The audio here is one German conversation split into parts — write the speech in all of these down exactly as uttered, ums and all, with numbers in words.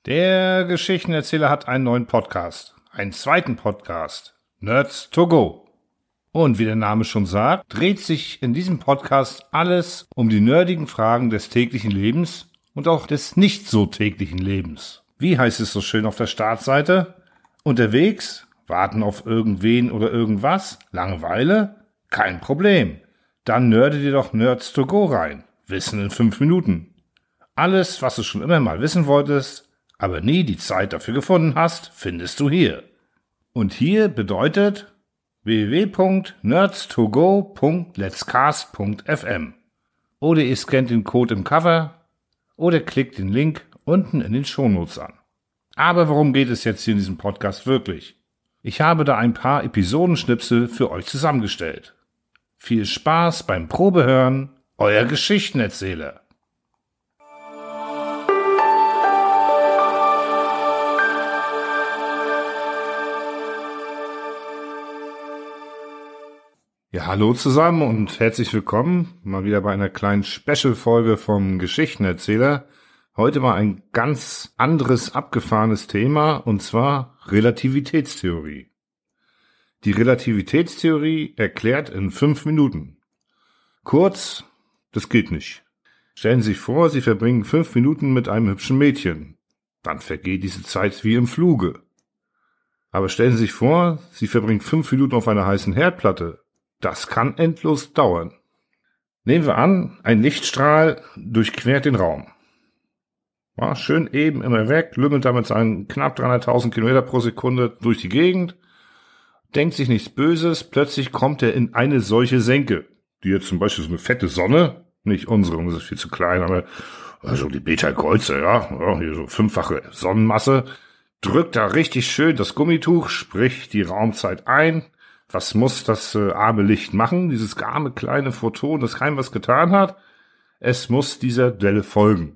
Der Geschichtenerzähler hat einen neuen Podcast, einen zweiten Podcast, Nerds to Go. Und wie der Name schon sagt, dreht sich in diesem Podcast alles um die nerdigen Fragen des täglichen Lebens und auch des nicht so täglichen Lebens. Wie heißt es so schön auf der Startseite? Unterwegs? Warten auf irgendwen oder irgendwas? Langeweile? Kein Problem. Dann nerde dir doch Nerds to Go rein. Wissen in fünf Minuten. Alles, was du schon immer mal wissen wolltest, aber nie die Zeit dafür gefunden hast, findest du hier. Und hier bedeutet w w w punkt nerds to go punkt letscast punkt f m. Oder ihr scannt den Code im Cover oder klickt den Link unten in den Shownotes an. Aber worum geht es jetzt hier in diesem Podcast wirklich? Ich habe da ein paar Episodenschnipsel für euch zusammengestellt. Viel Spaß beim Probehören, euer Geschichtenerzähler. Ja, hallo zusammen und herzlich willkommen mal wieder bei einer kleinen Special-Folge vom Geschichtenerzähler. Heute mal ein ganz anderes, abgefahrenes Thema, und zwar Relativitätstheorie. Die Relativitätstheorie erklärt in fünf Minuten. Kurz, das geht nicht. Stellen Sie sich vor, Sie verbringen fünf Minuten mit einem hübschen Mädchen. Dann vergeht diese Zeit wie im Fluge. Aber stellen Sie sich vor, Sie verbringen fünf Minuten auf einer heißen Herdplatte. Das kann endlos dauern. Nehmen wir an, ein Lichtstrahl durchquert den Raum. Ja, schön eben immer weg, lümmelt damit seinen knapp dreihunderttausend Kilometer pro Sekunde durch die Gegend, denkt sich nichts Böses, plötzlich kommt er in eine solche Senke, die jetzt zum Beispiel so eine fette Sonne, nicht unsere, unsere ist viel zu klein, aber also die Beta-Kreuze, ja, ja, hier so fünffache Sonnenmasse, drückt da richtig schön das Gummituch, sprich die Raumzeit ein. Was muss das äh, arme Licht machen? Dieses arme kleine Photon, das keinem was getan hat? Es muss dieser Welle folgen.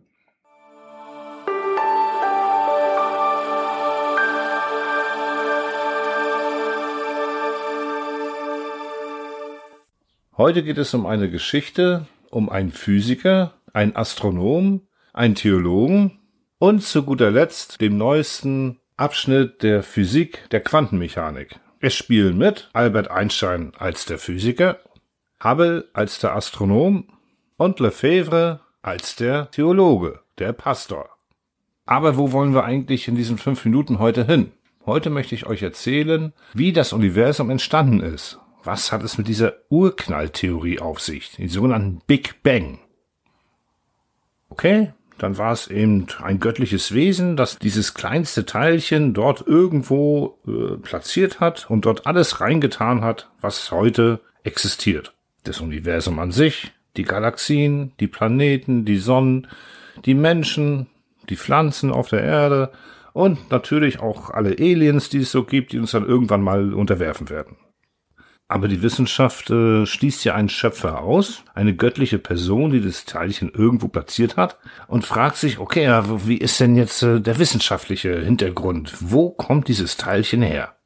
Heute geht es um eine Geschichte, um einen Physiker, einen Astronomen, einen Theologen und zu guter Letzt dem neuesten Abschnitt der Physik, der Quantenmechanik. Es spielen mit Albert Einstein als der Physiker, Hubble als der Astronom und Lefebvre als der Theologe, der Pastor. Aber wo wollen wir eigentlich in diesen fünf Minuten heute hin? Heute möchte ich euch erzählen, wie das Universum entstanden ist. Was hat es mit dieser Urknalltheorie auf sich, den sogenannten Big Bang? Okay? Dann war es eben ein göttliches Wesen, das dieses kleinste Teilchen dort irgendwo äh, platziert hat und dort alles reingetan hat, was heute existiert. Das Universum an sich, die Galaxien, die Planeten, die Sonnen, die Menschen, die Pflanzen auf der Erde und natürlich auch alle Aliens, die es so gibt, die uns dann irgendwann mal unterwerfen werden. Aber die Wissenschaft äh, schließt ja einen Schöpfer aus, eine göttliche Person, die das Teilchen irgendwo platziert hat und fragt sich, okay, ja, wie ist denn jetzt äh, der wissenschaftliche Hintergrund? Wo kommt dieses Teilchen her?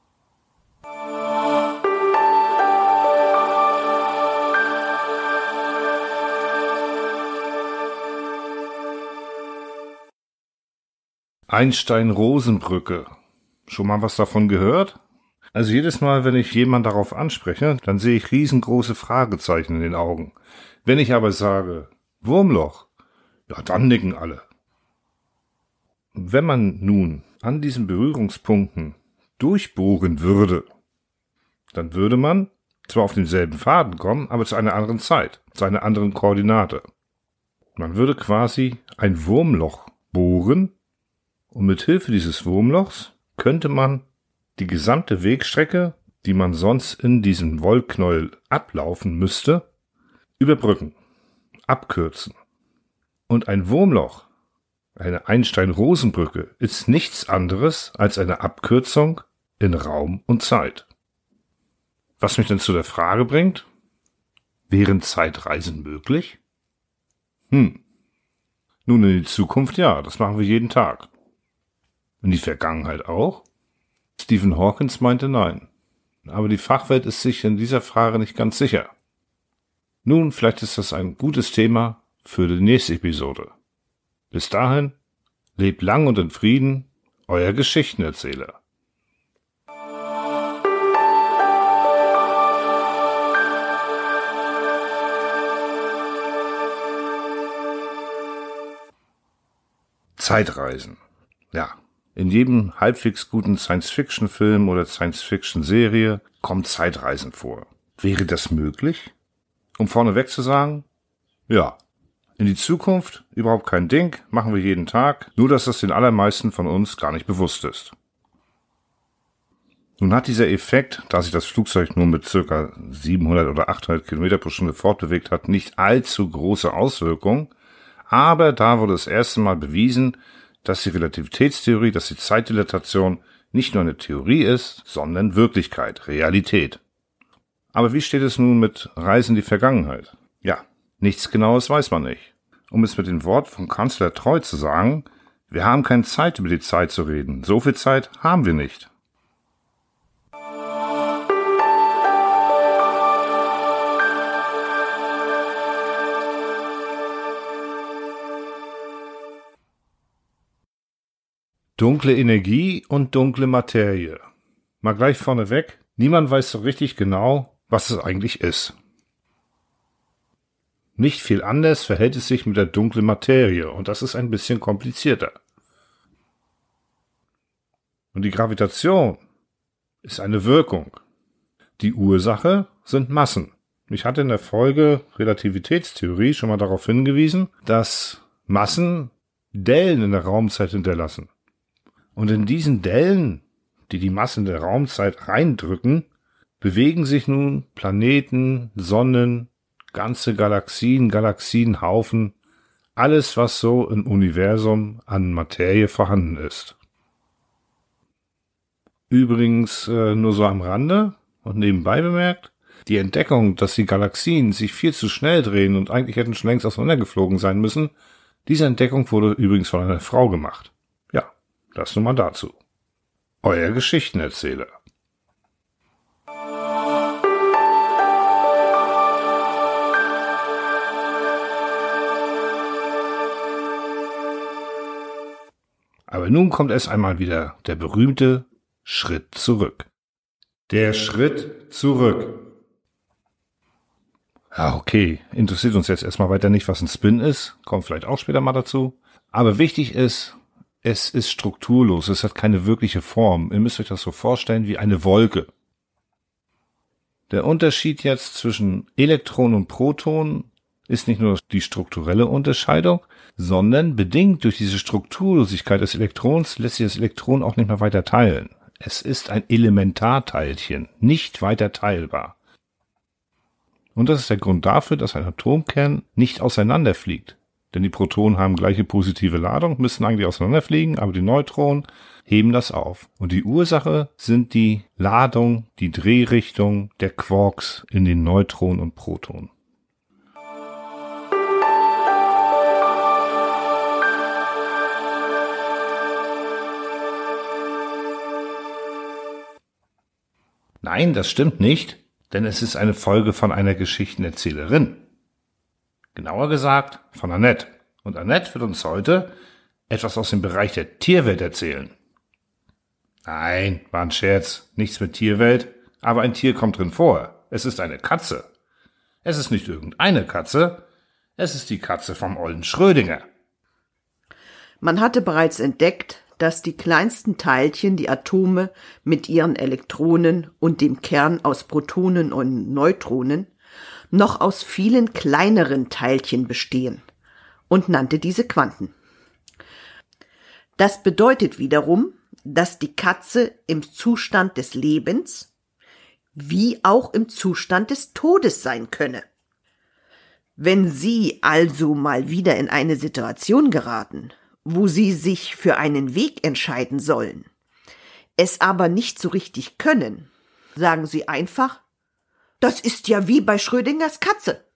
Einstein-Rosen-Brücke. Schon mal was davon gehört? Also jedes Mal, wenn ich jemanden darauf anspreche, dann sehe ich riesengroße Fragezeichen in den Augen. Wenn ich aber sage, Wurmloch, ja, dann nicken alle. Wenn man nun an diesen Berührungspunkten durchbohren würde, dann würde man zwar auf denselben Faden kommen, aber zu einer anderen Zeit, zu einer anderen Koordinate. Man würde quasi ein Wurmloch bohren und mit Hilfe dieses Wurmlochs könnte man die gesamte Wegstrecke, die man sonst in diesem Wollknäuel ablaufen müsste, überbrücken, abkürzen. Und ein Wurmloch, eine Einstein-Rosen-Brücke, ist nichts anderes als eine Abkürzung in Raum und Zeit. Was mich dann zu der Frage bringt, wären Zeitreisen möglich? Hm. Nun, in die Zukunft ja, das machen wir jeden Tag. In die Vergangenheit auch? Stephen Hawking meinte nein. Aber die Fachwelt ist sich in dieser Frage nicht ganz sicher. Nun, vielleicht ist das ein gutes Thema für die nächste Episode. Bis dahin, Lebt lang und in Frieden, euer Geschichtenerzähler. Zeitreisen. Ja, in jedem halbwegs guten Science-Fiction-Film oder Science-Fiction-Serie kommt Zeitreisen vor. Wäre das möglich? Um vorneweg zu sagen, ja. In die Zukunft überhaupt kein Ding, machen wir jeden Tag, nur dass das den allermeisten von uns gar nicht bewusst ist. Nun hat dieser Effekt, da sich das Flugzeug nur mit ca. siebenhundert oder achthundert Kilometer pro Stunde fortbewegt hat, nicht allzu große Auswirkungen, aber da wurde das erste Mal bewiesen, dass die Relativitätstheorie, dass die Zeitdilatation nicht nur eine Theorie ist, sondern Wirklichkeit, Realität. Aber wie steht es nun mit Reisen in die Vergangenheit? Ja, nichts Genaues weiß man nicht. Um es mit den Worten von Kanzler Treu zu sagen, wir haben keine Zeit, über die Zeit zu reden. So viel Zeit haben wir nicht. Dunkle Energie und dunkle Materie. Mal gleich vorneweg, niemand weiß so richtig genau, was es eigentlich ist. Nicht viel anders verhält es sich mit der dunklen Materie und das ist ein bisschen komplizierter. Und die Gravitation ist eine Wirkung. Die Ursache sind Massen. Ich hatte in der Folge Relativitätstheorie schon mal darauf hingewiesen, dass Massen Dellen in der Raumzeit hinterlassen. Und in diesen Dellen, die die Massen der Raumzeit reindrücken, bewegen sich nun Planeten, Sonnen, ganze Galaxien, Galaxienhaufen, alles, was so im Universum an Materie vorhanden ist. Übrigens äh, nur so am Rande und nebenbei bemerkt, die Entdeckung, dass die Galaxien sich viel zu schnell drehen und eigentlich hätten schon längst auseinandergeflogen sein müssen, diese Entdeckung wurde übrigens von einer Frau gemacht. Ja, das nun mal dazu. Euer Geschichtenerzähler. Aber nun kommt erst einmal wieder der berühmte Schritt zurück. Der Schritt zurück. Ja, okay, interessiert uns jetzt erstmal weiter nicht, was ein Spin ist, kommt vielleicht auch später mal dazu. Aber wichtig ist, es ist strukturlos, es hat keine wirkliche Form. Ihr müsst euch das so vorstellen wie eine Wolke. Der Unterschied jetzt zwischen Elektron und Proton ist nicht nur die strukturelle Unterscheidung, sondern bedingt durch diese Strukturlosigkeit des Elektrons lässt sich das Elektron auch nicht mehr weiter teilen. Es ist ein Elementarteilchen, nicht weiter teilbar. Und das ist der Grund dafür, dass ein Atomkern nicht auseinanderfliegt. Denn die Protonen haben gleiche positive Ladung, müssen eigentlich auseinanderfliegen, aber die Neutronen heben das auf. Und die Ursache sind die Ladung, die Drehrichtung der Quarks in den Neutronen und Protonen. Nein, das stimmt nicht, denn es ist eine Folge von einer Geschichtenerzählerin. Genauer gesagt von Annette. Und Annette wird uns heute etwas aus dem Bereich der Tierwelt erzählen. Nein, war ein Scherz, nichts mit Tierwelt, aber ein Tier kommt drin vor. Es ist eine Katze. Es ist nicht irgendeine Katze, es ist die Katze vom ollen Schrödinger. Man hatte bereits entdeckt, dass die kleinsten Teilchen, die Atome mit ihren Elektronen und dem Kern aus Protonen und Neutronen, noch aus vielen kleineren Teilchen bestehen und nannte diese Quanten. Das bedeutet wiederum, dass die Katze im Zustand des Lebens wie auch im Zustand des Todes sein könne. Wenn Sie also mal wieder in eine Situation geraten, wo Sie sich für einen Weg entscheiden sollen, es aber nicht so richtig können, sagen Sie einfach, das ist ja wie bei Schrödingers Katze.